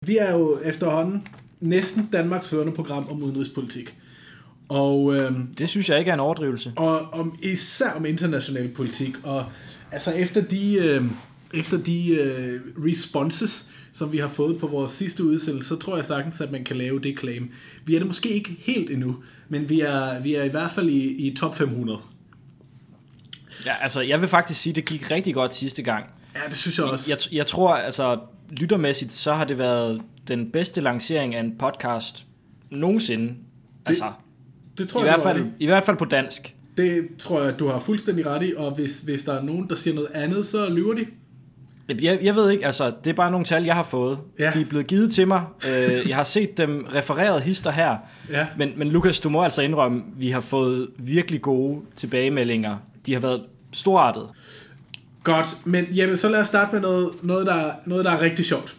Vi er jo efterhånden næsten Danmarks førende program om udenrigspolitik. Og, det synes jeg ikke er en overdrivelse. Og især om international politik. Og altså efter de responses, som vi har fået på vores sidste udsendelse, så tror jeg sagtens, at man kan lave det claim. Vi er det måske ikke helt endnu, men vi er i hvert fald i top 500. Ja, altså jeg vil faktisk sige, at det gik rigtig godt sidste gang. Ja, det synes jeg også. Jeg tror, altså lyttermæssigt, så har det været den bedste lancering af en podcast nogensinde. Det tror jeg, i hvert fald på dansk. Det tror jeg, du har fuldstændig ret i, og hvis der er nogen, der siger noget andet, så lyver de. Jeg ved ikke, altså det er bare nogle tal, jeg har fået. Ja. De er blevet givet til mig. Jeg har set dem refereret hister her. Ja. Men Lukas, du må altså indrømme, vi har fået virkelig gode tilbagemeldinger. De har været storartet. Godt, men jamen, så lad os starte med noget der er rigtig sjovt.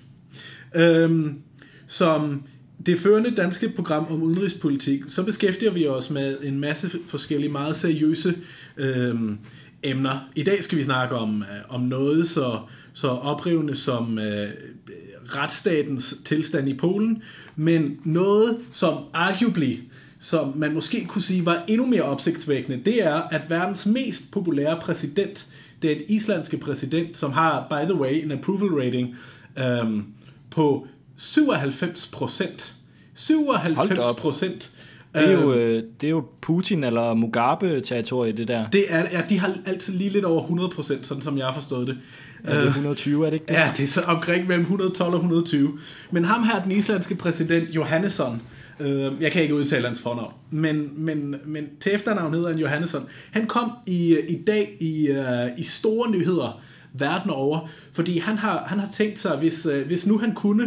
Som det førende danske program om udenrigspolitik, så beskæftiger vi os med en masse forskellige meget seriøse emner. I dag skal vi snakke om noget så oprivende som retsstatens tilstand i Polen, men noget som arguably, som man måske kunne sige var endnu mere opsigtsvækkende, det er, at verdens mest populære præsident, den islandske præsident, som har, by the way, en approval rating på 97%. 97%. Det er jo Putin eller Mugabe-territoriet, det der. Det er, ja, de har altid lige lidt over 100%, sådan som jeg har forstået det. Ja, det er 120, er det ikke det? Ja, det er så omkring mellem 112 og 120. Men ham her, den islandske præsident, Jóhannesson, jeg kan ikke udtale hans fornavn, men til efternavn hedder han Jóhannesson. Han kom i dag i store nyheder verden over, fordi han har tænkt sig, hvis nu han kunne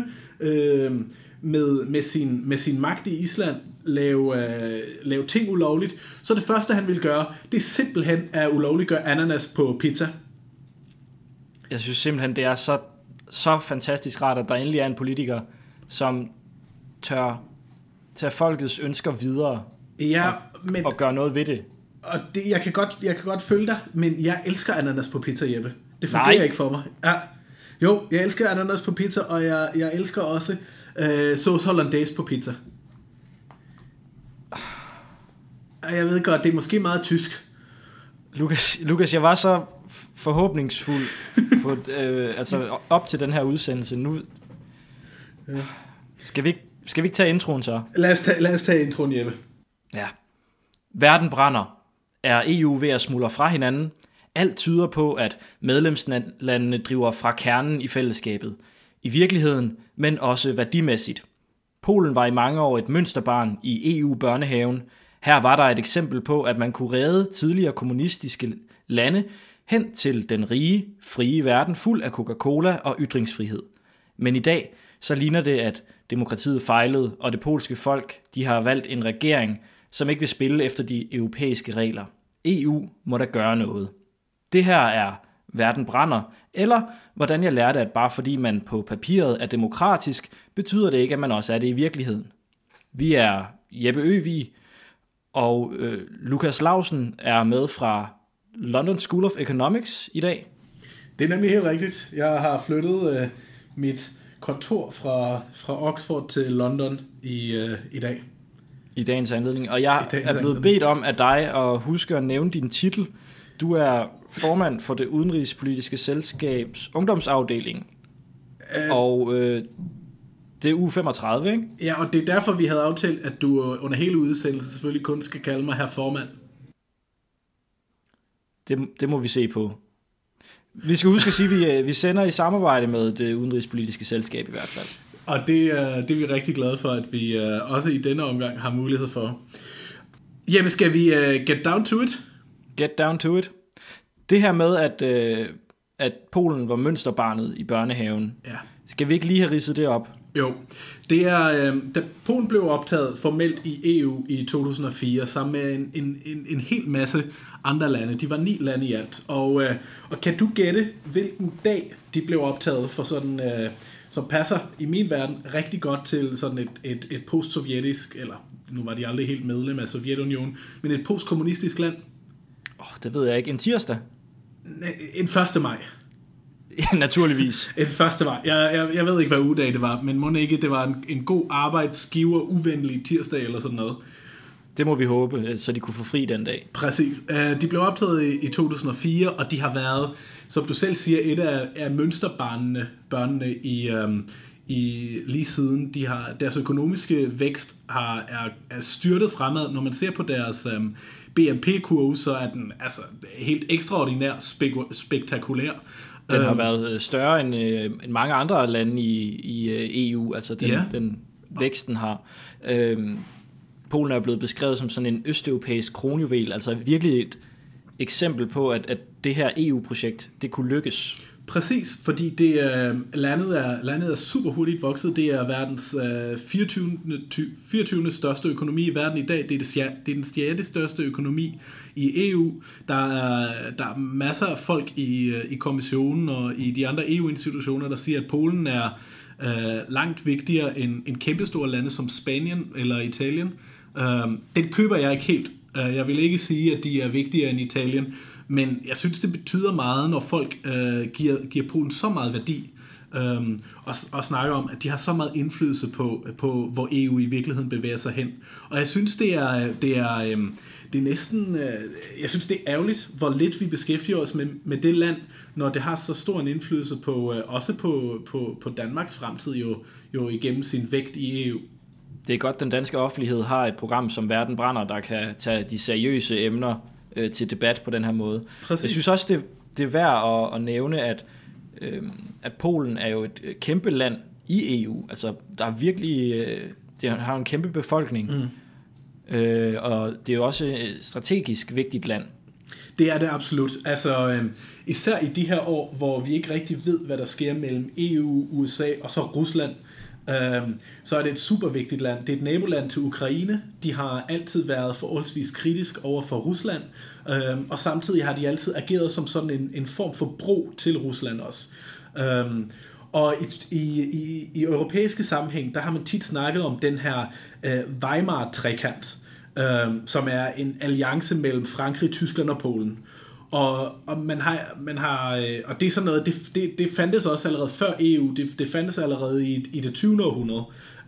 med sin magt i Island lave ting ulovligt, så det første han ville gøre, det er simpelthen at ulovliggøre ananas på pizza. Jeg synes simpelthen, det er så fantastisk rart, at der endelig er en politiker, som tør tage folkets ønsker videre, og gøre noget ved det. Og det, jeg kan godt følge dig, men jeg elsker ananas på pizza, Jeppe. Det fungerer ikke for mig. Ja. Jo, jeg elsker ananas på pizza, og jeg elsker også sauce hollandaise på pizza. Jeg ved godt, det er måske meget tysk. Lukas, jeg var så forhåbningsfuld på, altså op til den her udsendelse. Nu skal vi ikke tage introen så? Lad os tage introen, Jeppe. Ja. Verden brænder. Er EU ved at smuldre fra hinanden? Alt tyder på, at medlemslandene driver fra kernen i fællesskabet. I virkeligheden, men også værdimæssigt. Polen var i mange år et mønsterbarn i EU-børnehaven. Her var der et eksempel på, at man kunne redde tidligere kommunistiske lande hen til den rige, frie verden fuld af Coca-Cola og ytringsfrihed. Men i dag, så ligner det, at demokratiet fejlede, og det polske folk, de har valgt en regering, som ikke vil spille efter de europæiske regler. EU må da gøre noget. Det her er verden brænder, eller hvordan jeg lærte, at bare fordi man på papiret er demokratisk, betyder det ikke, at man også er det i virkeligheden. Vi er Jeppe Øvig, og Lukas Lausen er med fra London School of Economics i dag. Det er nemlig helt rigtigt. Jeg har flyttet mit kontor fra Oxford til London i dag. I dagens anledning. Og jeg er blevet bedt om af dig at huske at nævne din titel. Du er formand for det udenrigspolitiske selskabs ungdomsafdeling. Og det er uge 35, ikke? Ja, og det er derfor, vi havde aftalt, at du under hele udsendelsen selvfølgelig kun skal kalde mig herr formand. Det må vi se på. Vi skal huske at sige, at vi sender i samarbejde med det udenrigspolitiske selskab i hvert fald. Og det er vi rigtig glade for, at vi også i denne omgang har mulighed for. Jamen, skal vi get down to it? Get down to it. Det her med, at Polen var mønsterbarnet i børnehaven. Ja. Skal vi ikke lige have ridset det op? Jo. Det er, da Polen blev optaget formelt i EU i 2004, sammen med en hel masse andre lande. De var 9 lande i alt. Og kan du gætte, hvilken dag de blev optaget for sådan... som passer i min verden rigtig godt til sådan et post-sovjetisk, eller nu var de aldrig helt medlem af Sovjetunionen, men et postkommunistisk land? Det ved jeg ikke. En tirsdag? En 1. maj. Ja, naturligvis. Et første var, jeg ved ikke, hvad ugedag det var, men må ikke, det var en god arbejdsgiver, uvenlig tirsdag eller sådan noget. Det må vi håbe, så de kunne få fri den dag. Præcis. De blev optaget i 2004, og de har været, som du selv siger, et af mønsterbørnene i lige siden. Deres økonomiske vækst er styrtet fremad. Når man ser på deres BNP-kurve, så er den altså helt ekstraordinær spektakulær. Den har været større end mange andre lande i EU, altså den væksten har. Polen er blevet beskrevet som sådan en østeuropæisk kronjuvel, altså virkelig et eksempel på, at det her EU-projekt, det kunne lykkes. Præcis, fordi landet er super hurtigt vokset. Det er verdens 24. største økonomi i verden i dag. Det er den 6. største økonomi i EU. Der er masser af folk i kommissionen og i de andre EU-institutioner, der siger, at Polen er langt vigtigere end kæmpestore lande som Spanien eller Italien. Den køber jeg ikke helt. Jeg vil ikke sige, at de er vigtigere end Italien, men jeg synes, det betyder meget, når folk giver Polen så meget værdi, og snakker om, at de har så meget indflydelse på hvor EU i virkeligheden bevæger sig hen. Og jeg synes, det er næsten, jeg synes, det er ærgerligt, hvor lidt vi beskæftiger os med det land, når det har så stor en indflydelse også på Danmarks fremtid, jo igennem sin vægt i EU. Det er godt, den danske offentlighed har et program som Verden brænder, der kan tage de seriøse emner til debat på den her måde. Præcis. Jeg synes også, det er værd at nævne, at Polen er jo et kæmpe land i EU. Altså, der er virkelig, det har en kæmpe befolkning, og det er jo også et strategisk vigtigt land. Det er det absolut. Altså, især i de her år, hvor vi ikke rigtig ved, hvad der sker mellem EU, USA og så Rusland, så er det et super vigtigt land. Det er et naboland til Ukraine. De har altid været forholdsvis kritisk over for Rusland, og samtidig har de altid ageret som sådan en form for bro til Rusland også. Og i europæiske sammenhæng, der har man tit snakket om den her Weimar-trekant, som er en alliance mellem Frankrig, Tyskland og Polen. Og man har og det er sådan noget, det fandtes også allerede før EU, det fandtes allerede i det 20. århundrede,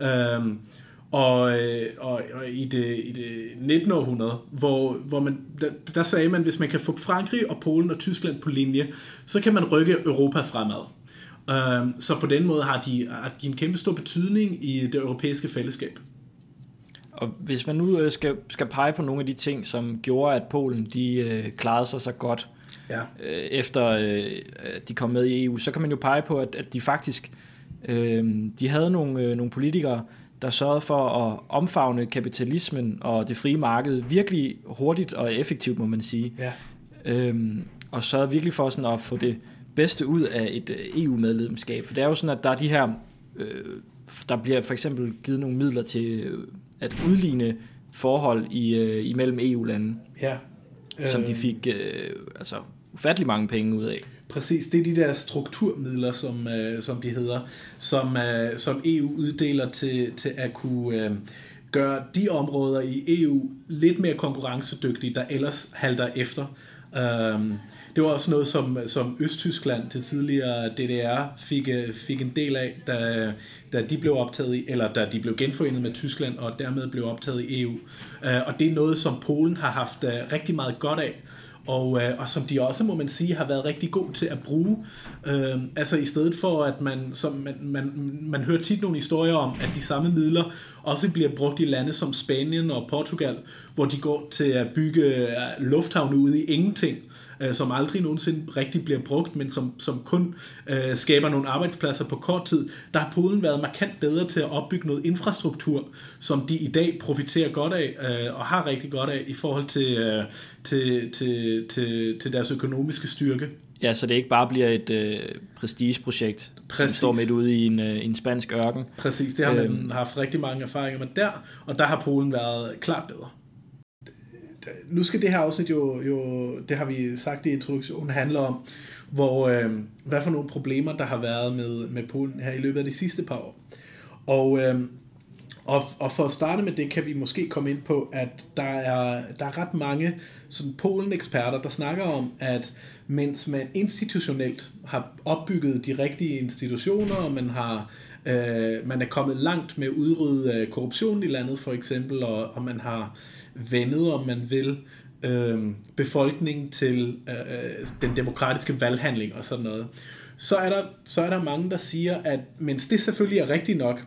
og i det 19. århundrede, hvor man der sagde man, hvis man kan få Frankrig og Polen og Tyskland på linje, så kan man rykke Europa fremad. Så på den måde har de en kæmpe stor betydning i det europæiske fællesskab. Og hvis man nu skal pege på nogle af de ting, som gjorde, at Polen de klarede sig så godt, efter de kom med i EU, så kan man jo pege på, at de faktisk de havde nogle politikere, der sørgede for at omfavne kapitalismen og det frie marked virkelig hurtigt og effektivt, må man sige. Ja. Og sørgede virkelig for sådan at få det bedste ud af et EU-medlemskab. For det er jo sådan, at der er de her, der bliver for eksempel givet nogle midler til at udligne forhold imellem EU-lande, som de fik ufattelig mange penge ud af. Præcis, det er de der strukturmidler, som de hedder, som EU uddeler til at kunne gøre de områder i EU lidt mere konkurrencedygtige, der ellers halter efter. Det var også noget, som Østtyskland, det tidligere DDR, fik en del af, da de blev optaget i, eller da de blev genforenet med Tyskland, og dermed blev optaget i EU. Og det er noget, som Polen har haft rigtig meget godt af, og som de også, må man sige, har været rigtig god til at bruge. Altså i stedet for, at man hører tit nogle historier om, at de samme midler også bliver brugt i lande som Spanien og Portugal, hvor de går til at bygge lufthavne ude i ingenting, som aldrig nogensinde rigtig bliver brugt, men som kun skaber nogle arbejdspladser på kort tid. Der har Polen været markant bedre til at opbygge noget infrastruktur, som de i dag profiterer godt af, og har rigtig godt af i forhold til deres økonomiske styrke. Ja, så det ikke bare bliver et prestigeprojekt, som står midt ude i en spansk ørken. Præcis, det har man haft rigtig mange erfaringer med der, og der har Polen været klart bedre. Nu skal det her afsnit jo, det har vi sagt i introduktionen, handler om, hvad for nogle problemer, der har været med Polen her i løbet af de sidste par år. Og for at starte med det, kan vi måske komme ind på, at der er ret mange sådan Polen-eksperter, der snakker om, at mens man institutionelt har opbygget de rigtige institutioner, og man er kommet langt med at udrydde korruption i landet for eksempel, og man har vendet, om man vil, befolkningen til den demokratiske valghandling og sådan noget, så er der mange, der siger, at mens det selvfølgelig er rigtigt nok,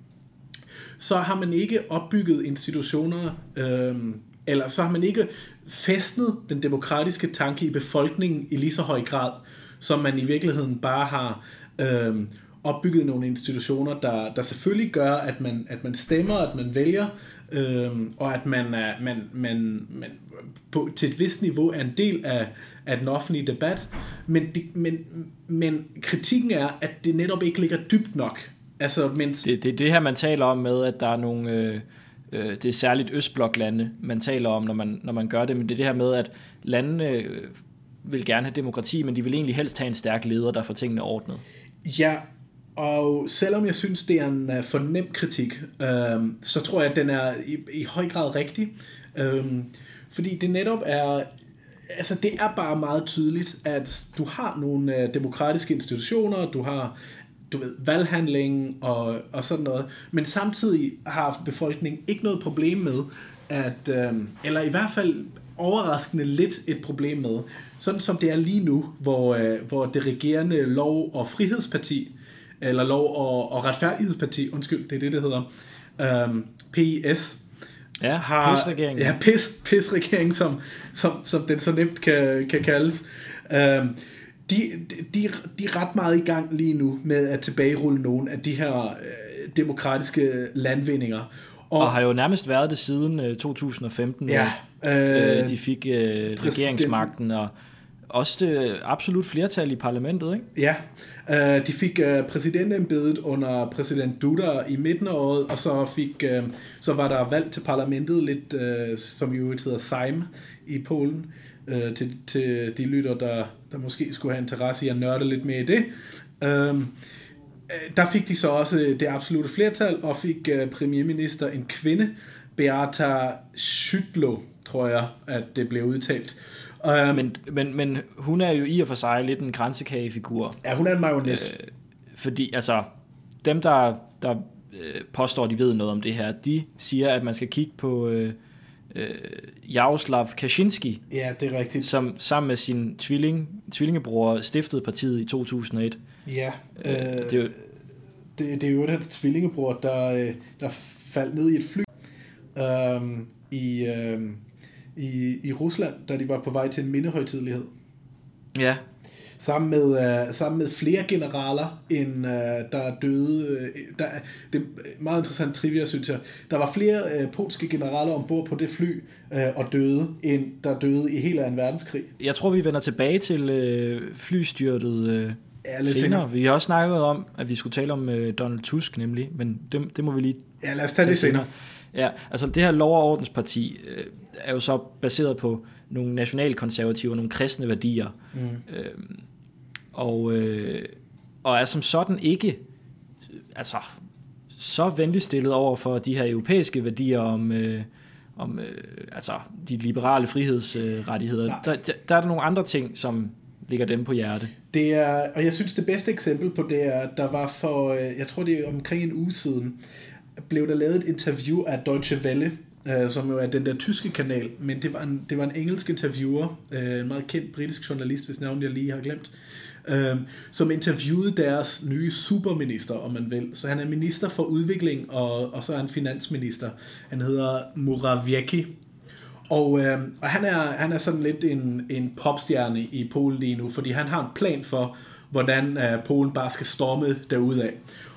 så har man ikke opbygget institutioner, eller så har man ikke fæstnet den demokratiske tanke i befolkningen i lige så høj grad, som man i virkeligheden bare har opbygget nogle institutioner, der selvfølgelig gør, at man stemmer, at man vælger, og at man til et vist niveau er en del af den offentlige debat. Men kritikken er, at det netop ikke ligger dybt nok. Altså, det er det her, man taler om med, at der er nogle... det er særligt østbloklande, man taler om, når man gør det, men det er det her med, at landene vil gerne have demokrati, men de vil egentlig helst have en stærk leder, der får tingene ordnet. Ja, og selvom jeg synes, det er en for nem kritik, så tror jeg, at den er i høj grad rigtig. Fordi det netop er... Altså, det er bare meget tydeligt, at du har nogle demokratiske institutioner, du har valghandling og sådan noget, men samtidig har befolkningen ikke noget problem med, at, eller i hvert fald overraskende lidt et problem med, sådan som det er lige nu, hvor det regerende Lov- og Frihedsparti, eller Lov- og Retfærdighedsparti, undskyld, det er det hedder, PIS, ja, PIS-regeringen. Ja, PIS-regeringen, som den så nemt kan kaldes. De er ret meget i gang lige nu med at tilbagerulle nogle af de her demokratiske landvindinger. Og har jo nærmest været det siden 2015, ja, de fik regeringsmagten, og også det absolut flertal i parlamentet, ikke? Ja, de fik præsidentembedet under præsident Duda i midten af året, og så var der valg til parlamentet, lidt som jo hedder Sejm i Polen, til de lytter, der måske skulle have interesse i at nørde lidt mere i det. Der fik de så også det absolute flertal, og fik premierminister en kvinde, Beata Szydło, tror jeg, at det blev udtalt. Men hun er jo i og for sig lidt en kransekagefigur. Ja, hun er en marionet. Fordi altså, dem der påstår, de ved noget om det her, de siger, at man skal kigge på Jaroslav Kaczynski. Ja, det er rigtigt. Som sammen med sin tvillingebror stiftede partiet i 2001. Ja, det er jo den tvillingebror, der faldt ned i et fly i Rusland, da de var på vej til en mindehøjtidelighed. Ja. Sammen med flere generaler, end der døde. Det er meget interessant trivia, synes jeg. Der var flere polske generaler ombord på det fly og døde, end der døde i hele 2. verdenskrig. Jeg tror, vi vender tilbage til flystyrtet senere. Vi har også snakket om, at vi skulle tale om Donald Tusk nemlig, men det må vi lige... Ja, lad os tage det senere. Ja, altså det her Lov- og Ordensparti er jo så baseret på nogle nationalkonservative og nogle kristne værdier. Og er som sådan ikke altså så venligt stillet over for de her europæiske værdier om altså de liberale frihedsrettigheder. Der er der nogle andre ting, som ligger dem på hjerte. Det er, og jeg synes det bedste eksempel på det er, der var for, jeg tror det er omkring en uge siden, blev der lavet et interview af Deutsche Welle, som jo er den der tyske kanal, men det var en engelsk interviewer, en meget kendt britisk journalist, hvis navn jeg lige har glemt, som interviewede deres nye superminister, om man vil. Så han er minister for udvikling, og så er han finansminister. Han hedder Morawiecki. Og han er sådan lidt en popstjerne i Polen lige nu, fordi han har en plan for, hvordan Polen bare skal storme derudad.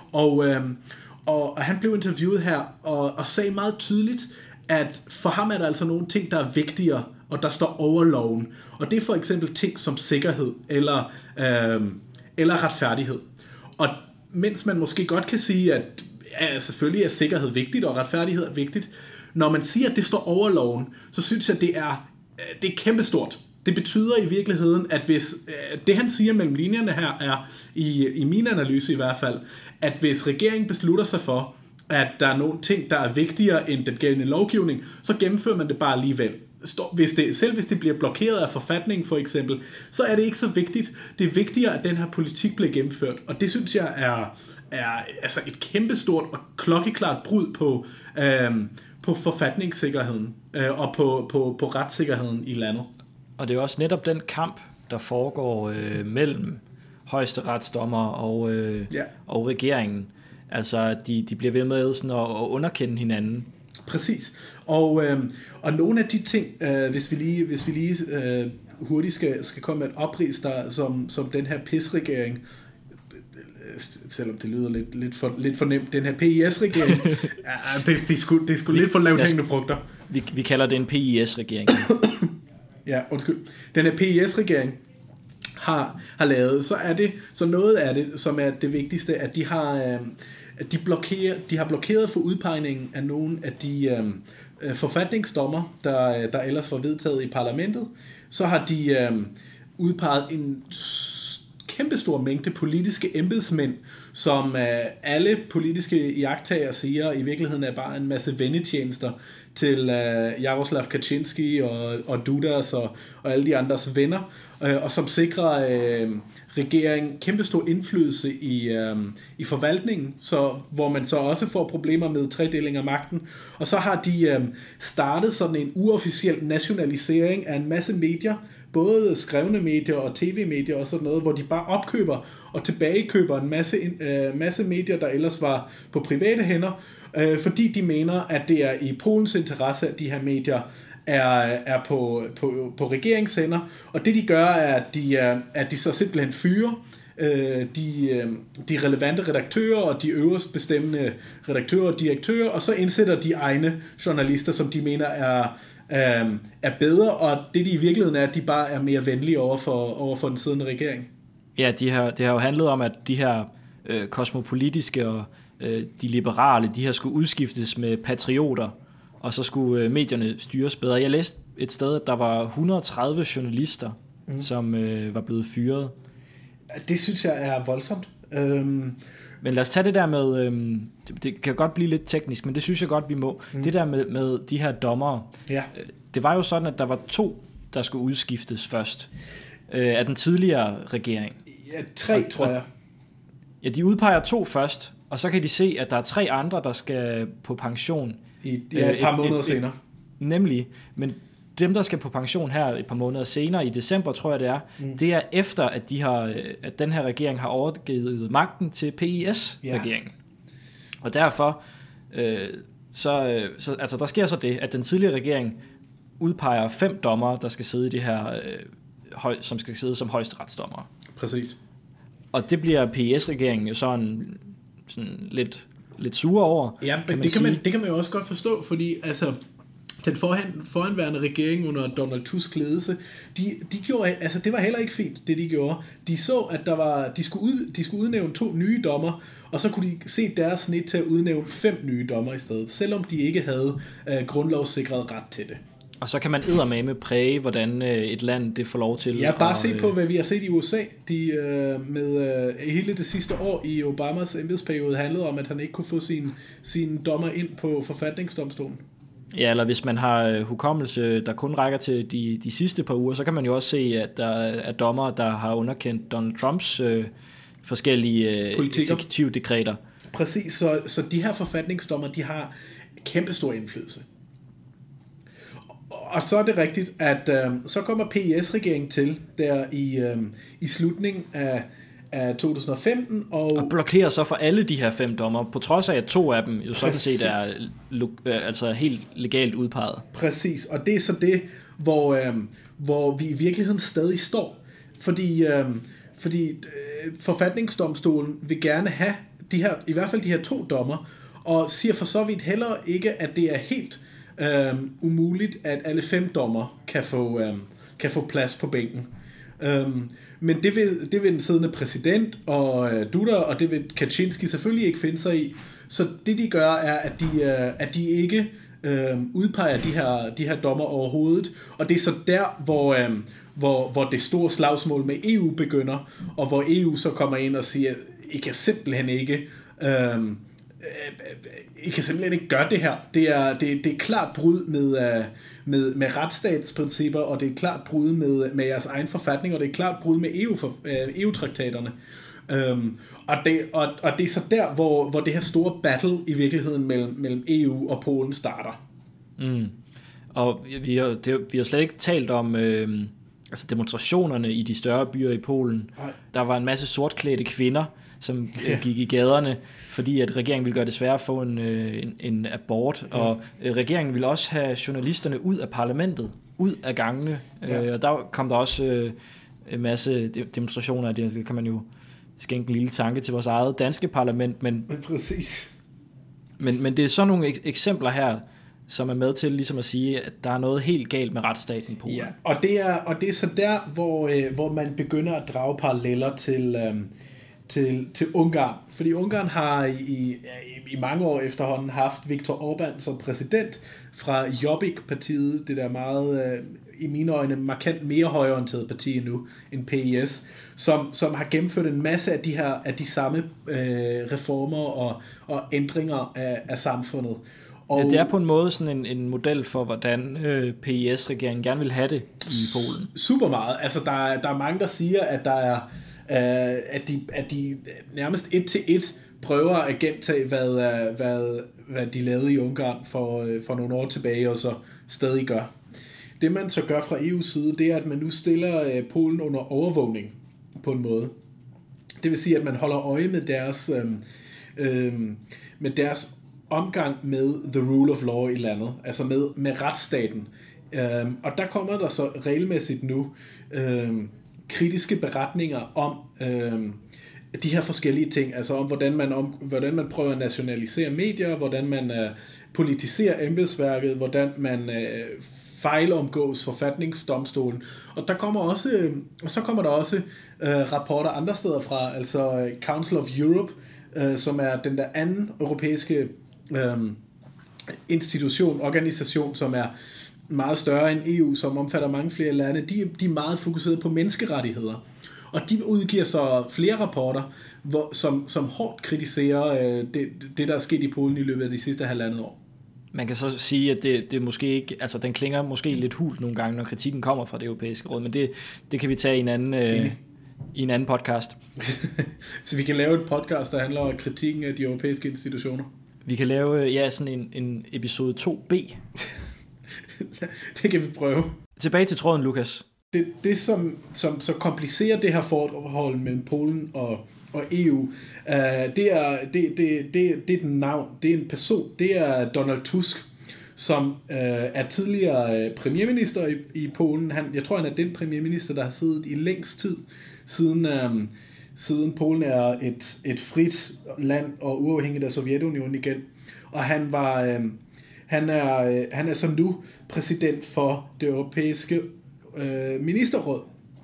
Og han blev interviewet her, og sagde meget tydeligt, at for ham er der altså nogle ting, der er vigtigere, og der står over loven. Og det er for eksempel ting som sikkerhed eller retfærdighed. Og mens man måske godt kan sige, at selvfølgelig er sikkerhed vigtigt, og retfærdighed er vigtigt, når man siger, at det står over loven, så synes jeg, det er kæmpestort. Det betyder i virkeligheden, at hvis det han siger mellem linjerne her er, i min analyse i hvert fald, at hvis regeringen beslutter sig for, at der er nogle ting, der er vigtigere end den gældende lovgivning, så gennemfører man det bare alligevel. Selv hvis det bliver blokeret af forfatningen for eksempel, så er det ikke så vigtigt. Det er vigtigere, at den her politik bliver gennemført. Og det synes jeg er altså et kæmpestort og klokkeklart brud på forfatningssikkerheden og på retssikkerheden i landet. Og det er også netop den kamp, der foregår mellem højesteretsdommer og regeringen. Altså, de bliver ved med sådan at underkende hinanden. Præcis. Og nogle af de ting, hvis vi lige hurtigt skal komme med et oprids, der som den her PIS-regering, selvom det lyder lidt for nemt, den her PIS-regering, det er sgu lidt for lavt hængende frugter. Vi kalder det en PIS-regering. Ja, undskyld. Den her PIS-regering har lavet, så noget af det, som er det vigtigste, at de har blokeret for udpegningen af nogle af de forfatningsdommer, der ellers var vedtaget i parlamentet. Så har de udpeget en kæmpestor mængde politiske embedsmænd, som alle politiske iagttagere siger i virkeligheden er bare en masse vennetjenester til Jaroslav Kaczynski og Dudas og alle de andres venner, og som sikrer regeringen kæmpestor indflydelse i forvaltningen, hvor man så også får problemer med tredeling af magten. Og så har de startet sådan en uofficiel nationalisering af en masse medier, både skrevne medier og tv-medier og sådan noget, hvor de bare opkøber og tilbagekøber en masse medier, der ellers var på private hænder, fordi de mener, at det er i Polens interesse, at de her medier er på regeringshænder. Og det de gør, er, at de så simpelthen fyrer de relevante redaktører og de øverst bestemmende redaktører og direktører, og så indsætter de egne journalister, som de mener er bedre, og det de i virkeligheden er, at de bare er mere venlige over for den siddende regering. Ja, det har jo handlet om, at de her kosmopolitiske og de liberale, de her skulle udskiftes med patrioter, og så skulle medierne styres bedre. Jeg læste et sted, at der var 130 journalister, som var blevet fyret. Det synes jeg er voldsomt. Men lad os tage det der med, det kan godt blive lidt teknisk, men det synes jeg godt, vi må. Det der med de her dommere, ja. Det var jo sådan, at der var 2, der skulle udskiftes først af den tidligere regering. Ja, 3, tror jeg. Ja, de udpeger 2 først, og så kan de se, at der er 3 andre, der skal på pension. Et par måneder senere. Nemlig, men dem, der skal på pension her et par måneder senere, i december, tror jeg det er, det er efter, at den her regering har overgivet magten til PIS-regeringen. Ja. Og derfor, altså der sker så det, at den tidligere regering udpeger 5 dommere, der skal sidde i det her, som skal sidde som højesteretsdommere. Præcis. Og det bliver PIS-regeringen jo sådan lidt sure over. Ja, men det kan man jo også godt forstå, fordi altså den foranværende regering under Donald Tusks ledelse, de gjorde, altså det var heller ikke fint, det de gjorde. De så, at de skulle udnævne 2 nye dommer, og så kunne de se deres snit til at udnævne 5 nye dommer i stedet, selvom de ikke havde grundlovssikret ret til det. Og så kan man eddermame præge, hvordan et land det får lov til. Ja, bare se på, hvad vi har set i USA. Med hele det sidste år i Obamas embedsperiode handlede om, at han ikke kunne få sine dommer ind på forfatningsdomstolen. Ja, eller hvis man har hukommelse, der kun rækker til de sidste par uger, så kan man jo også se, at der er dommere, der har underkendt Donald Trumps forskellige eksekutivdekreter. Præcis, så de her forfatningsdommer, de har kæmpestor indflydelse. Og så er det rigtigt, at så kommer PIS-regeringen til der i slutningen af 2015. Og blokerer så for alle de her 5 dommer, på trods af, at 2 af dem jo sådan set er altså helt legalt udpeget. Præcis, og det er så det, hvor vi i virkeligheden stadig står. Fordi forfatningsdomstolen vil gerne have i hvert fald de her 2 dommer, og siger for så vidt heller ikke, at det er helt umuligt, at alle 5 dommer kan få plads på bænken. Men det vil den siddende præsident og Duda, og det vil Kaczynski selvfølgelig ikke finde sig i. Så det de gør er, at de ikke udpeger de her dommer overhovedet. Og det er så der, hvor det store slagsmål med EU begynder, og hvor EU så kommer ind og siger, I kan simpelthen ikke I kan simpelthen ikke gøre det her. Det er klart brud med retsstatsprincipper, og det er klart brud med jeres egen forfatning, og det er klart brud med EU-traktaterne. Og det er så der, hvor det her store battle i virkeligheden mellem EU og Polen starter. Og vi har slet ikke talt om altså demonstrationerne i de større byer i Polen. Nej. Der var en masse sortklædte kvinder, som gik i gaderne, fordi at regeringen ville gøre det sværere at få en abort, og regeringen ville også have journalisterne ud af parlamentet, ud af gangene, og der kom der også en masse demonstrationer, det kan man jo skænke en lille tanke til vores eget danske parlament, men præcis. Men det er sådan nogle eksempler her, som er med til ligesom at sige, at der er noget helt galt med retsstaten i Polen. Ja, og det er så der, hvor man begynder at drage paralleller til Ungarn. Fordi Ungarn har i mange år efterhånden haft Viktor Orbán som præsident fra Jobbik-partiet, det der meget, i mine øjne, markant mere højreorienterede parti nu end PIS, som har gennemført en masse af de samme reformer og ændringer af samfundet. Og det er på en måde sådan en model for, hvordan PIS-regeringen gerne vil have det i Polen. Super meget. Altså, der er mange, der siger, at der er at de nærmest 1-1 prøver at gentage, hvad de lavede i Ungarn for nogle år tilbage, og så stadig gør. Det man så gør fra EU's side, det er, at man nu stiller Polen under overvågning på en måde. Det vil sige, at man holder øje med deres omgang med the rule of law i landet, altså med retsstaten. Og der kommer der så regelmæssigt nu kritiske beretninger om de her forskellige ting, altså om hvordan man prøver at nationalisere medier, hvordan man politiserer embedsværket, hvordan man fejlomgås forfatningsdomstolen. Og så kommer der også rapporter andre steder fra, altså Council of Europe, som er den der anden europæiske organisation, som er meget større end EU, som omfatter mange flere lande. De er meget fokuseret på menneskerettigheder. Og de udgiver så flere rapporter, som hårdt kritiserer det, der er sket i Polen i løbet af de sidste halvandet år. Man kan så sige, at det måske ikke, altså den klinger måske lidt hult nogle gange, når kritikken kommer fra det europæiske råd, men det kan vi tage i en anden podcast. Så vi kan lave et podcast, der handler om kritikken af de europæiske institutioner. Vi kan lave sådan en episode 2B. Det kan vi prøve. Tilbage til tråden, Lukas. Det som så komplicerer det her forhold mellem Polen og EU, det er et navn, det er en person, det er Donald Tusk, som er tidligere premierminister i Polen. Jeg tror, han er den premierminister, der har siddet i længst tid, siden Polen er et frit land og uafhængigt af Sovjetunionen igen. Og han er som nu præsident for det europæiske ministerråd,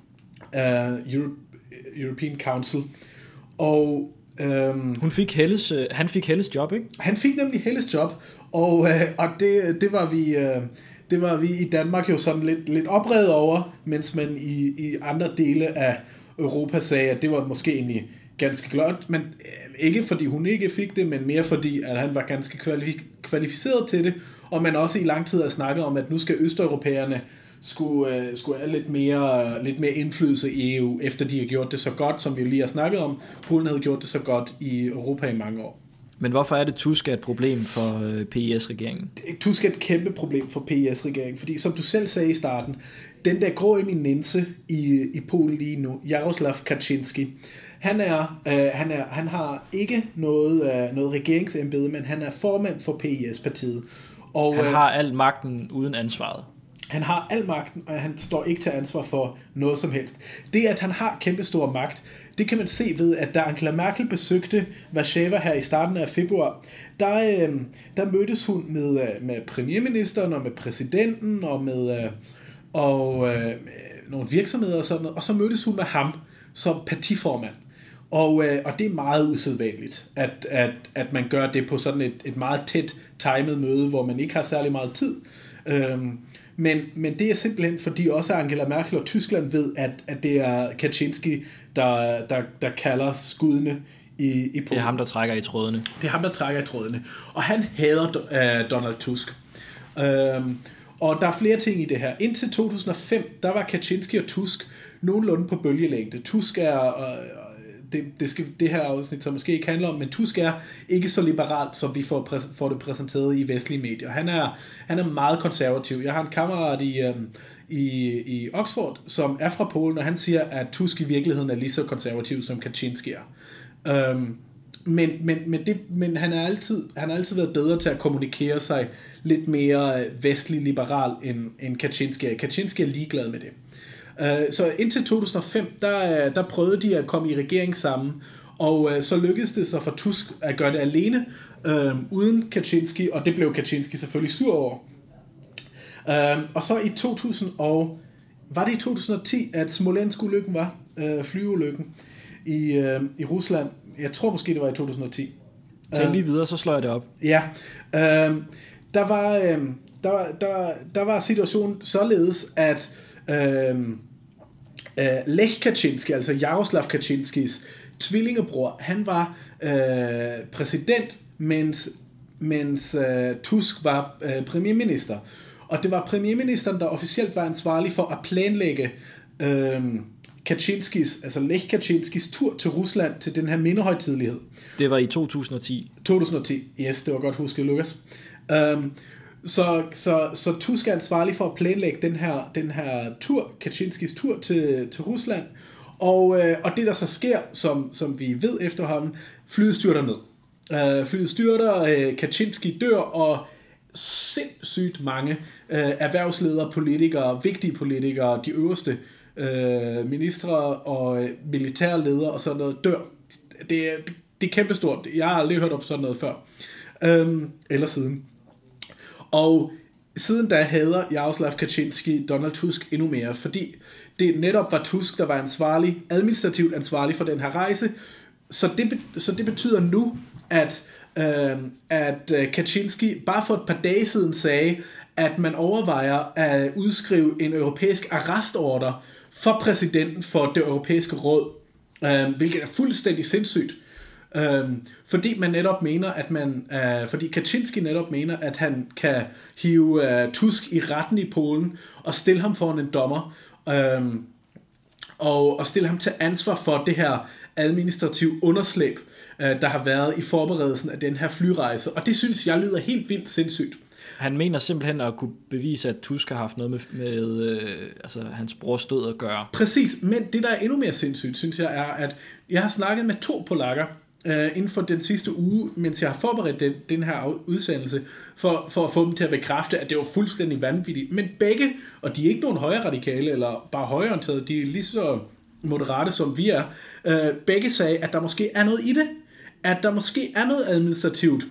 European Council. Og han fik Helles job, ikke? Han fik nemlig Helles job, og det var vi i Danmark jo sådan lidt oprevet over, mens man i andre dele af Europa sagde, at det var måske egentlig ganske glot, men ikke fordi hun ikke fik det, men mere fordi, at han var ganske kvalificeret til det, og man også i lang tid har snakket om, at nu skal østeuropæerne skulle have lidt mere indflydelse i EU, efter de har gjort det så godt, som vi lige har snakket om. Polen havde gjort det så godt i Europa i mange år. Men hvorfor er det Tusk et problem for PIS-regeringen? Tusk er et kæmpe problem for PIS-regeringen, fordi som du selv sagde i starten, den der grå eminence i Polen lige nu, Jaroslav Kaczynski, han har ikke noget regeringsembede, men han er formand for PIS-partiet. Og han har al magten uden ansvaret. Han har al magten, og han står ikke til ansvar for noget som helst. Det, at han har kæmpestor magt, det kan man se ved, at da Angela Merkel besøgte Warszawa her i starten af februar, der mødtes hun med premierministeren og med præsidenten og med nogle virksomheder og sådan noget, og så mødtes hun med ham som partiformand. Og det er meget usædvanligt, at man gør det på sådan et meget tæt timet møde, hvor man ikke har særlig meget tid. Men det er simpelthen fordi også Angela Merkel og Tyskland ved, at det er Kaczynski, der kalder skuddene i Polen. Det er ham, der trækker i trådene. Det er ham, der trækker i trådene. Og han hader Donald Tusk. Og der er flere ting i det her. Indtil 2005, der var Kaczynski og Tusk nogenlunde på bølgelængde. Tusk er... det her afsnit, som måske ikke handler om, men Tusk er ikke så liberal, som vi får det præsenteret i vestlige medier. Han er meget konservativ. Jeg har en kammerat i Oxford, som er fra Polen, og han siger, at Tusk i virkeligheden er lige så konservativ, som Kaczynski er. Men han har altid været bedre til at kommunikere sig lidt mere vestlig liberal end Kaczynski er. Kaczynski er ligeglad med det. Så indtil 2005, der prøvede de at komme i regering sammen, og så lykkedes det så for Tusk at gøre det alene, uden Kaczynski, og det blev Kaczynski selvfølgelig sur over. Og så i 2010, at Smolensk-ulykken var, flyulykken i Rusland. Jeg tror måske, det var i 2010. Tag lige videre, så slår jeg det op. Ja, der var situationen således, at Lech Kaczynski, altså Jaroslav Kaczynskis tvillingebror, han var præsident, mens Tusk var premierminister. Og det var premierministeren, der officielt var ansvarlig for at planlægge Lech Kaczynskis tur til Rusland til den her mindehøjtidelighed. Det var i 2010. 2010, yes, det var godt husket, Lukas. Så Tusk er ansvarlig for at planlægge den her tur, Kaczynskis tur til Rusland, og det der så sker, som vi ved efterhånden, flyet styrter ned. Flyet styrter, Kaczynski dør, og sindssygt mange erhvervsledere, politikere, vigtige politikere, de øverste ministre og militærledere og sådan noget dør. Det er kæmpestort. Jeg har aldrig hørt om sådan noget før. Eller siden. Og siden da hader Jaroslav Kaczynski Donald Tusk endnu mere, fordi det netop var Tusk, der var administrativt ansvarlig for den her rejse. Så det betyder nu, at Kaczynski bare for et par dage siden sagde, at man overvejer at udskrive en europæisk arrestordre for præsidenten for det europæiske råd, hvilket er fuldstændig sindssygt. Fordi man netop mener, fordi Kaczynski netop mener, at han kan hive Tusk i retten i Polen og stille ham foran en dommer, og stille ham til ansvar for det her administrative underslæb, der har været i forberedelsen af den her flyrejse. Og det synes jeg lyder helt vildt sindssygt. Han mener simpelthen at kunne bevise, at Tusk har haft noget med hans brors død at gøre. Præcis, men det der er endnu mere sindssygt, synes jeg, er, at jeg har snakket med 2 polakker inden for den sidste uge, mens jeg har forberedt den her udsendelse, for at få dem til at bekræfte, at det var fuldstændig vanvittigt. Men begge, og de er ikke nogen højre radikale, eller bare højreorienterede, de er lige så moderate, som vi er, begge sagde, at der måske er noget i det, at der måske er noget administrativt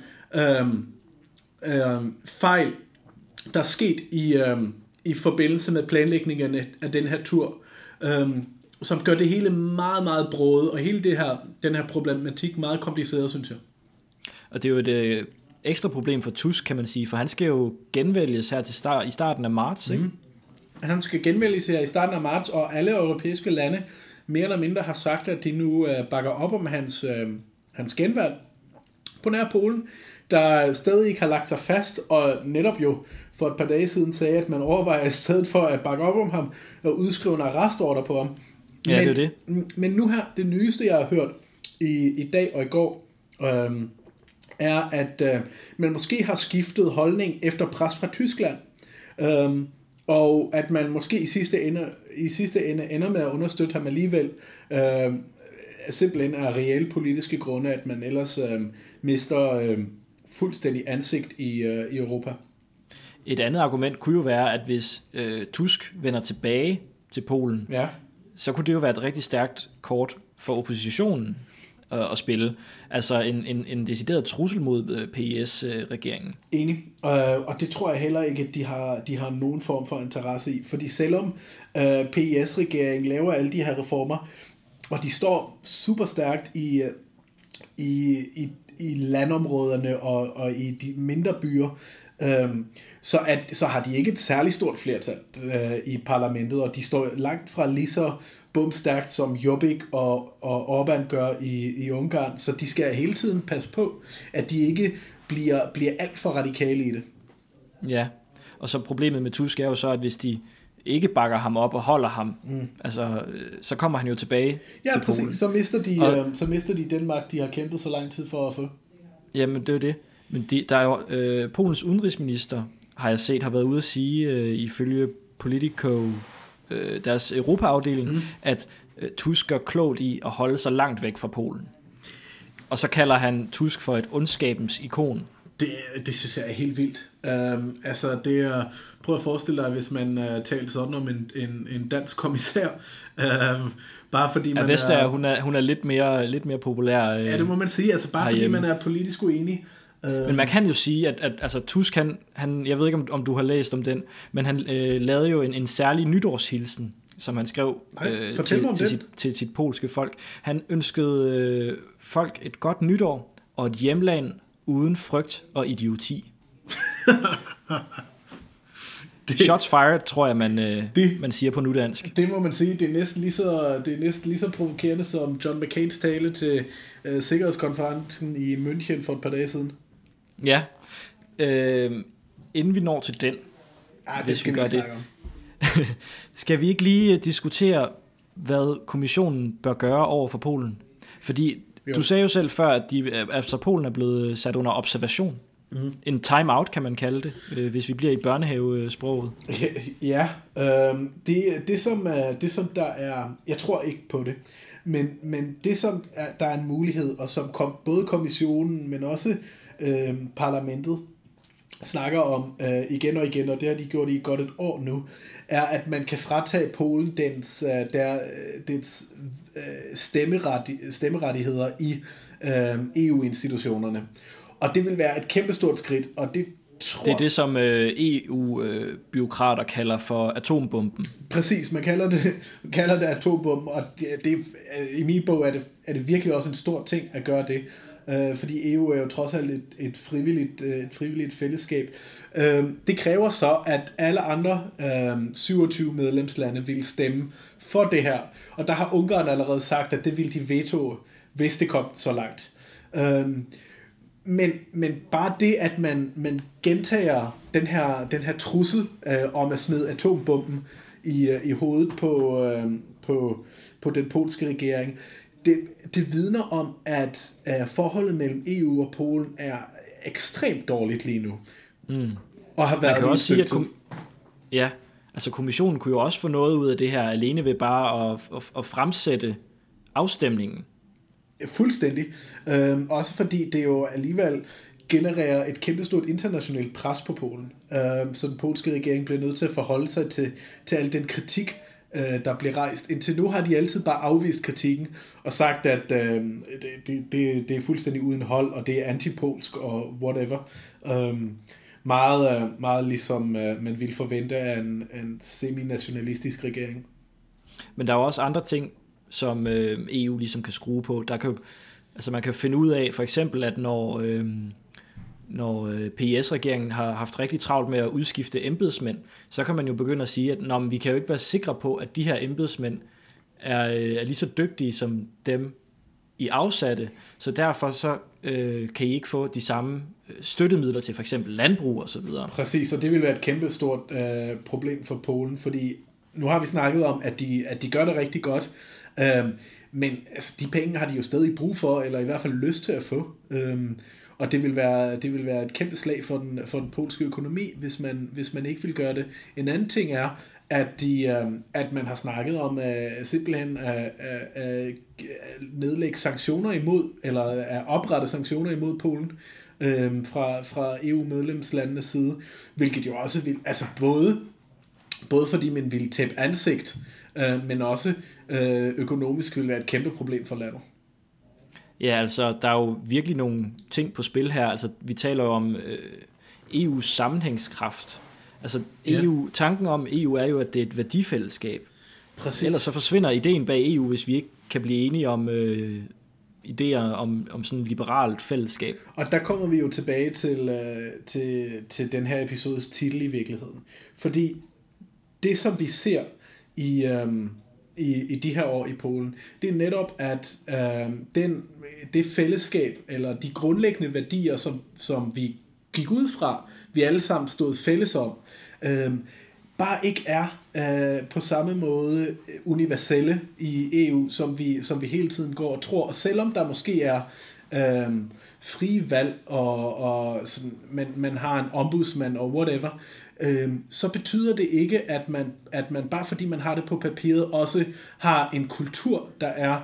fejl, der er sket i forbindelse med planlægningen af den her tur, som gør det hele meget, meget broget, og hele den her problematik meget kompliceret, synes jeg. Og det er jo et ekstra problem for Tusk, kan man sige, for han skal jo genvælges her i starten af marts, ikke? Han skal genvælges her i starten af marts, og alle europæiske lande mere eller mindre har sagt, at de nu bakker op om hans genvalg. På nær Polen, der stadig ikke har lagt sig fast, og netop jo for et par dage siden sagde, at man overvejer i stedet for at bakke op om ham og udskrive en arrestordre på ham. Ja, det er det. Men nu her, det nyeste, jeg har hørt i dag og i går, er, at man måske har skiftet holdning efter pres fra Tyskland, og at man måske i sidste ende ender med at understøtte ham alligevel, simpelthen af reelle politiske grunde, at man ellers mister fuldstændig ansigt i Europa. Et andet argument kunne jo være, at hvis Tusk vender tilbage til Polen, ja, så kunne det jo være et rigtig stærkt kort for oppositionen at spille. Altså en decideret trussel mod PIS-regeringen. Enig. Og det tror jeg heller ikke, at de har nogen form for interesse i. Fordi selvom PIS-regeringen laver alle de her reformer, og de står super stærkt i landområderne og i de mindre byer, Så har de ikke et særligt stort flertal i parlamentet, og de står langt fra lige så bumstærkt som Jobbik og Orbán gør i Ungarn, så de skal hele tiden passe på, at de ikke bliver alt for radikale i det. Ja, og så problemet med Tusk er jo så, at hvis de ikke bakker ham op og holder ham, så kommer han jo tilbage til præcis. Polen. Så mister de den magt, de har kæmpet så lang tid for at få. Jamen, det er jo det. Men der er jo Polens udenrigsminister, har jeg set, har været ude at sige, ifølge Politico, deres Europa-afdeling, at Tusk gør klogt i at holde sig langt væk fra Polen. Og så kalder han Tusk for et ondskabens ikon. Det synes jeg er helt vildt. Prøv at forestille dig, hvis man talte sådan om en dansk kommissær, bare fordi man Vestager, hun er lidt mere populær. Ja, det må man sige, altså bare herhjemme. Fordi man er politisk uenig. Men man kan jo sige, at altså Tusk, han, jeg ved ikke, om du har læst om den, men han lavede jo en særlig nytårshilsen, som han skrev til sit polske folk. Han ønskede folk et godt nytår og et hjemland uden frygt og idioti. Shots fired, tror jeg, man siger på nudansk. Det må man sige. Det er næsten lige så provokerende som John McCains tale til Sikkerhedskonferencen i München for et par dage siden. Ja. Inden vi når til den, det skal vi gøre det. Skal vi ikke lige diskutere, hvad kommissionen bør gøre over for Polen? Fordi du sagde jo selv før, at Polen er blevet sat under observation. En time-out, kan man kalde det, hvis vi bliver i børnehavesproget. Ja, det som der er, jeg tror ikke på det, men det som der er en mulighed, og som både kommissionen, men også parlamentet snakker om igen og igen, og det har de gjort i godt et år nu, er, at man kan fratage Polen dens stemmerettigheder i EU-institutionerne. Og det vil være et kæmpestort skridt, og det tror... Det er det, som EU-byråkrater kalder for atombomben. Præcis, man kalder det atombomben, og det, i min bog er det virkelig også en stor ting at gøre det, fordi EU er jo trods alt et frivilligt fællesskab. Det kræver så, at alle andre 27 medlemslande vil stemme for det her, og der har Ungarn allerede sagt, at det vil de veto, hvis det kom så langt. Men bare det, at man gentager den her trussel om at smide atombomben i hovedet på den polske regering, det vidner om, at forholdet mellem EU og Polen er ekstremt dårligt lige nu. Og har været også sige, at altså kommissionen kunne jo også få noget ud af det her, alene ved bare at fremsætte afstemningen. Fuldstændig. Også fordi det jo alligevel genererer et kæmpestort internationalt pres på Polen. Så den polske regering bliver nødt til at forholde sig til al den kritik, der bliver rejst. Indtil nu har de altid bare afvist kritikken og sagt, at det er fuldstændig uden hold, og det er antipolsk og whatever. Meget ligesom man ville forvente af en semi-nationalistisk regering. Men der er jo også andre ting, som EU ligesom kan skrue på. Man kan finde ud af, for eksempel, at når PIS-regeringen har haft rigtig travlt med at udskifte embedsmænd, så kan man jo begynde at sige, at vi kan jo ikke være sikre på, at de her embedsmænd er lige så dygtige som dem, I afsatte, så derfor så kan I ikke få de samme støttemidler til for eksempel landbrug og så videre. Præcis, og det vil være et kæmpestort problem for Polen, fordi nu har vi snakket om, at de gør det rigtig godt, men altså, de penge har de jo stadig brug for, eller i hvert fald lyst til at få. Og det vil være et kæmpe slag for den polske økonomi, hvis man ikke vil gøre det. En anden ting er, at man har snakket om simpelthen at nedlægge sanktioner imod, eller at oprette sanktioner imod Polen fra EU-medlemslandenes side, hvilket jo også vil, altså både fordi man vil tæppe ansigt, men også økonomisk vil være et kæmpe problem for landet. Ja, altså der er jo virkelig nogle ting på spil her. Altså vi taler jo om EU's sammenhængskraft. Altså tanken om EU er jo, at det er et værdifællesskab. Præcis. Ellers så forsvinder ideen bag EU, hvis vi ikke kan blive enige idéer om sådan et liberalt fællesskab. Og der kommer vi jo tilbage til den her episodes titel i virkeligheden. Fordi det, som vi ser i de her år i Polen, det er netop, at det fællesskab, eller de grundlæggende værdier, som vi gik ud fra, vi alle sammen stod fælles om, bare ikke er på samme måde universelle i EU, som vi hele tiden går og tror. Og selvom der måske er frie valg, og sådan, man har en ombudsmand og whatever, så betyder det ikke, at man bare fordi man har det på papiret, også har en kultur, der er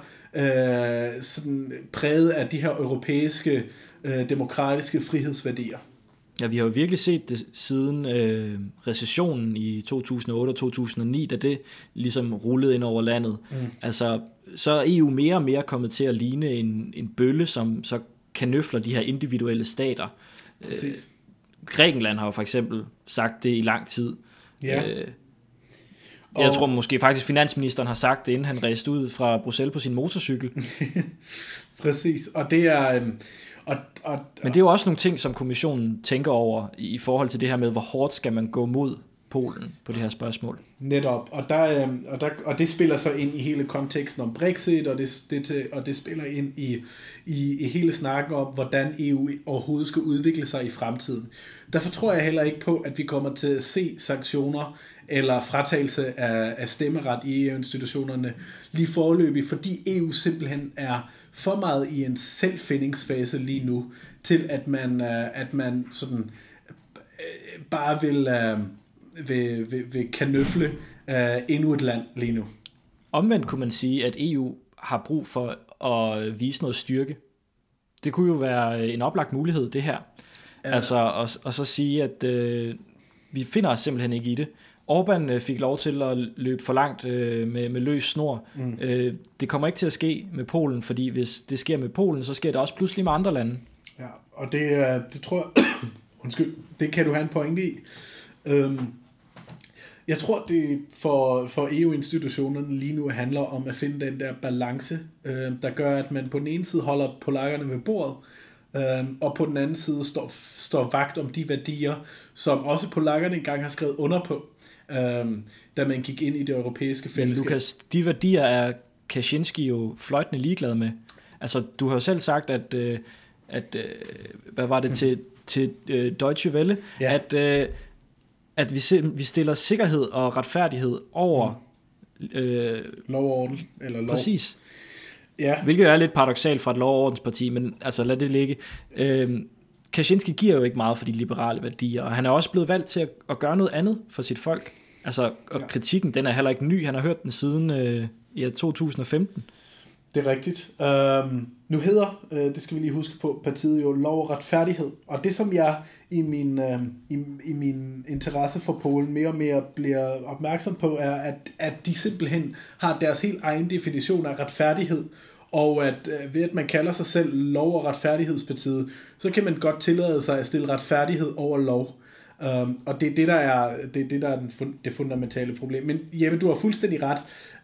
sådan præget af de her europæiske demokratiske frihedsværdier. Ja, vi har jo virkelig set det siden recessionen i 2008 og 2009, da det ligesom rullede ind over landet. Altså, så er EU mere og mere kommet til at ligne en bølle, som så kanøfler de her individuelle stater. Præcis. Grækenland har jo for eksempel sagt det i lang tid. Ja. Jeg tror måske faktisk, finansministeren har sagt det, inden han rejste ud fra Bruxelles på sin motorcykel. Præcis, og det er... Men det er jo også nogle ting, som kommissionen tænker over i forhold til det her med, hvor hårdt skal man gå mod Polen på det her spørgsmål. Netop, og det spiller så ind i hele konteksten om Brexit, og det spiller ind i hele snakken om, hvordan EU overhovedet skal udvikle sig i fremtiden. Derfor tror jeg heller ikke på, at vi kommer til at se sanktioner eller fratagelse af stemmeret i EU-institutionerne lige foreløbig, fordi EU simpelthen er for meget i en selvfindingsfase lige nu, til at man sådan bare vil kanøfle endnu et land lige nu. Omvendt kunne man sige, at EU har brug for at vise noget styrke. Det kunne jo være en oplagt mulighed, det her. Altså, og så sige, at vi finder os simpelthen ikke i det. Orbán fik lov til at løbe for langt med løs snor. Det kommer ikke til at ske med Polen, fordi hvis det sker med Polen, så sker det også pludselig med andre lande. Ja, og det tror jeg... Undskyld, det kan du have en pointe i. Jeg tror, det for EU-institutionerne lige nu handler om at finde den der balance, der gør, at man på den ene side holder polakkerne ved bordet, og på den anden side står vagt om de værdier, som også polakkerne engang har skrevet under på, da man gik ind i det europæiske fællesskab. Men Lukas, de værdier er Kaczynski jo fløjtende ligeglad med. Altså, du har jo selv sagt, at hvad var det til Deutsche Welle, ja. At vi stiller sikkerhed og retfærdighed over lov og orden, eller lov. Præcis. Ja. Hvilket er lidt paradoksalt fra et lov- og ordensparti, men altså lad det ligge. Kaczynski giver jo ikke meget for de liberale værdier, og han er også blevet valgt til at gøre noget andet for sit folk. Altså, og kritikken, den er heller ikke ny. Han har hørt den siden 2015. Det er rigtigt. Nu hedder, det skal vi lige huske på, partiet jo Lov og Retfærdighed. Og det, som jeg i min interesse for Polen mere og mere bliver opmærksom på, er, at de simpelthen har deres helt egen definition af retfærdighed. Og at ved at man kalder sig selv Lov- og Retfærdighedspartiet, så kan man godt tillade sig at stille retfærdighed over lov. Og det er det, der er det fundamentale problem. Men Jeppe, du har fuldstændig ret.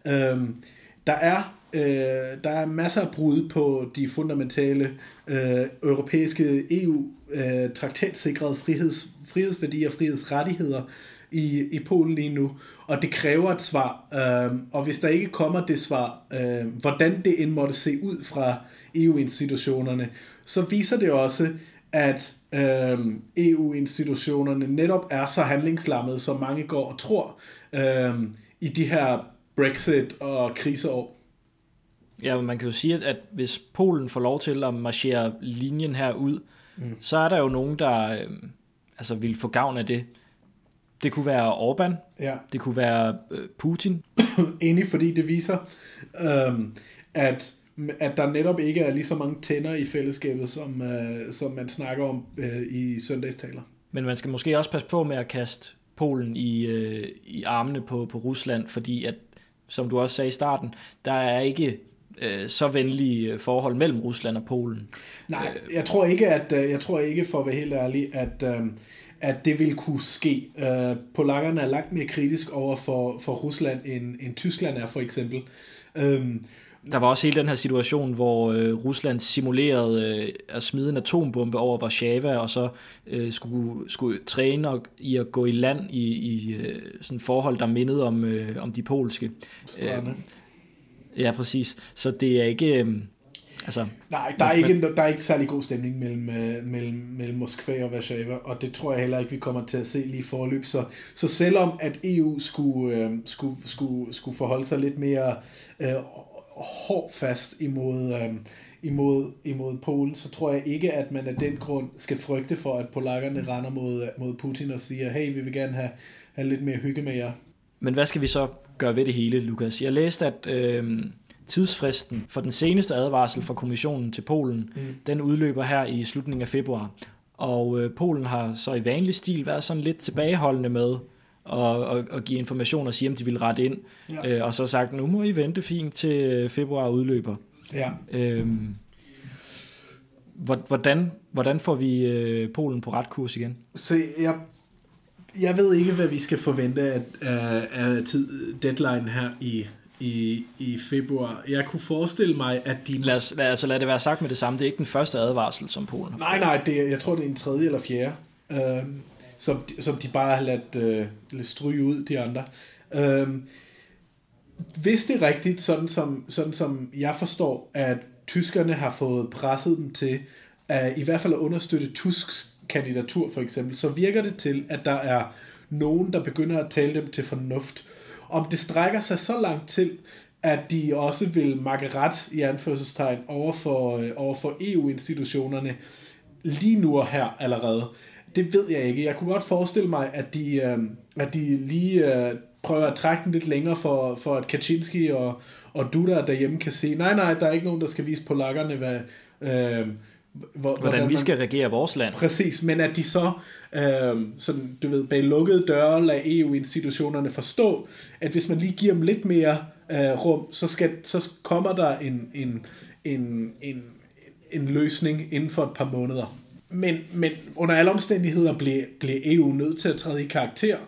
Der er masser af brud på de fundamentale europæiske EU-traktatsikrede frihedsværdier og frihedsrettigheder i Polen lige nu, og det kræver et svar. Og hvis der ikke kommer det svar, hvordan det end måtte se ud fra EU-institutionerne, så viser det også, at EU-institutionerne netop er så handlingslammede, som mange går og tror, i de her Brexit og kriseår. Ja, man kan jo sige, at hvis Polen får lov til at marchere linjen her ud, så er der jo nogen, der vil få gavn af det. Det kunne være Orbán, ja. Det kunne være Putin. Enig, fordi det viser, at der netop ikke er lige så mange tænder i fællesskabet, som man snakker om i søndagstaler. Men man skal måske også passe på med at kaste Polen i armene på Rusland, fordi at, som du også sagde i starten, der er ikke så venlige forhold mellem Rusland og Polen. Nej, jeg tror ikke for at være helt ærlig, at det vil kunne ske. Polakkerne er langt mere kritisk over for Rusland, end Tyskland er for eksempel. Der var også hele den her situation, hvor Rusland simulerede at smide en atombombe over Warszawa, og så skulle træne i at gå i land i sådan forhold, der mindede om de polske. Ja, præcis. Så det er ikke... Nej, der er ikke særlig god stemning mellem Moskva og Warszawa, og det tror jeg heller ikke, vi kommer til at se lige forløb. Så selvom at EU skulle forholde sig lidt mere hårdfast imod Polen, så tror jeg ikke, at man af den grund skal frygte for, at polakkerne render mod Putin og siger, hey, vi vil gerne have lidt mere hygge med jer. Men hvad skal vi så gøre ved det hele, Lukas? Jeg læste, at tidsfristen for den seneste advarsel fra kommissionen til Polen, den udløber her i slutningen af februar. Og Polen har så i vanlig stil været sådan lidt tilbageholdende med at give information og sige, om de vil rette ind. Ja. Og så sagt, nu må I vente fint til februar udløber. Ja. Hvordan får vi Polen på ret kurs igen? Så jeg ved ikke, hvad vi skal forvente af deadline her i februar. Jeg kunne forestille mig, at de... Lad det være sagt med det samme. Det er ikke den første advarsel, som Polen har fået. Nej, jeg tror, det er en tredje eller fjerde, som de bare har ladt stryge ud, de andre. Hvis det er rigtigt, sådan som jeg forstår, at tyskerne har fået presset dem til i hvert fald at understøtte tysks kandidatur, for eksempel, så virker det til, at der er nogen, der begynder at tale dem til fornuft. Om det strækker sig så langt til, at de også vil makke ret i anførselstegn over for EU-institutionerne lige nu og her allerede, det ved jeg ikke. Jeg kunne godt forestille mig, at de lige prøver at trække den lidt længere for at Kaczynski og Duda derhjemme kan se, nej, der er ikke nogen, der skal vise polakkerne, hvordan vi skal regere vores land. Præcis, men at de så sådan, du ved, bag lukkede døre lader EU-institutionerne forstå, at hvis man lige giver dem lidt mere rum, så kommer der en løsning inden for et par måneder. Men under alle omstændigheder bliver EU nødt til at træde i karakter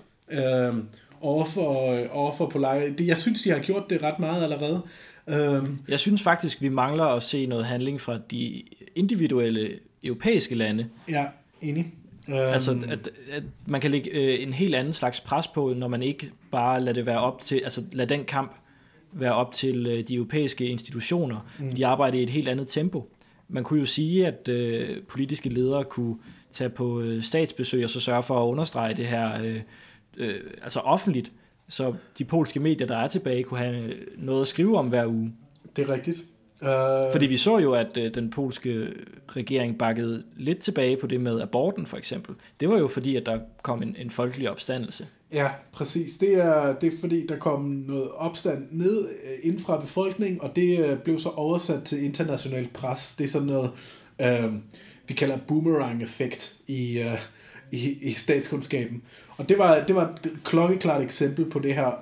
overfor polakker. Jeg synes, de har gjort det ret meget allerede. Jeg synes faktisk, vi mangler at se noget handling fra de individuelle europæiske lande. Ja, enig. Altså, at man kan lægge en helt anden slags pres på, når man ikke bare lader det være op til, altså lad den kamp være op til de europæiske institutioner. De arbejder i et helt andet tempo. Man kunne jo sige, at politiske ledere kunne tage på statsbesøg og så sørge for at understrege det her altså offentligt, så de polske medier, der er tilbage, kunne have noget at skrive om hver uge. Det er rigtigt. Fordi vi så jo, at den polske regering bakkede lidt tilbage på det med aborten, for eksempel. Det var jo fordi, at der kom en folkelig opstandelse. Ja, præcis. Det er fordi, der kom noget opstand ned inden fra befolkningen, og det blev så oversat til internationalt pres. Det er sådan noget, vi kalder boomerang-effekt i statskundskaben. Og det var et klokkeklart eksempel på det her,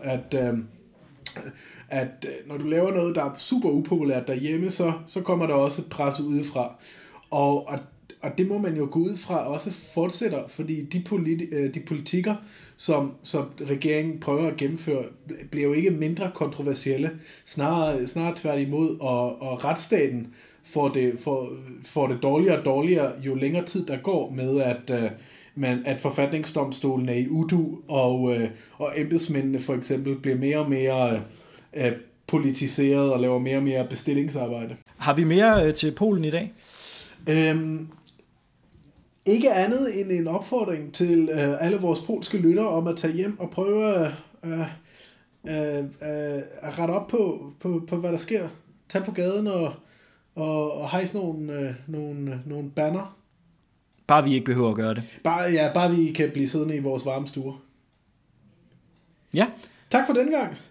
at når du laver noget, der er super upopulært derhjemme, så kommer der også et pres udefra. Og det må man jo gå ud fra også fortsætter, fordi de politikker, som regeringen prøver at gennemføre, bliver jo ikke mindre kontroversielle, snarere tværtimod, og retsstaten får det dårligere og dårligere, jo længere tid der går med, at forfatningsdomstolen er i udu, og embedsmændene for eksempel bliver mere og mere politiseret og laver mere og mere bestillingsarbejde. Har vi mere til Polen i dag? Ikke andet end en opfordring til alle vores polske lyttere om at tage hjem og prøve at rette op på hvad der sker. Tag på gaden og hejse nogle banner. Bare vi ikke behøver at gøre det. Bare vi kan blive siddende i vores varme stuer. Ja. Tak for den gang.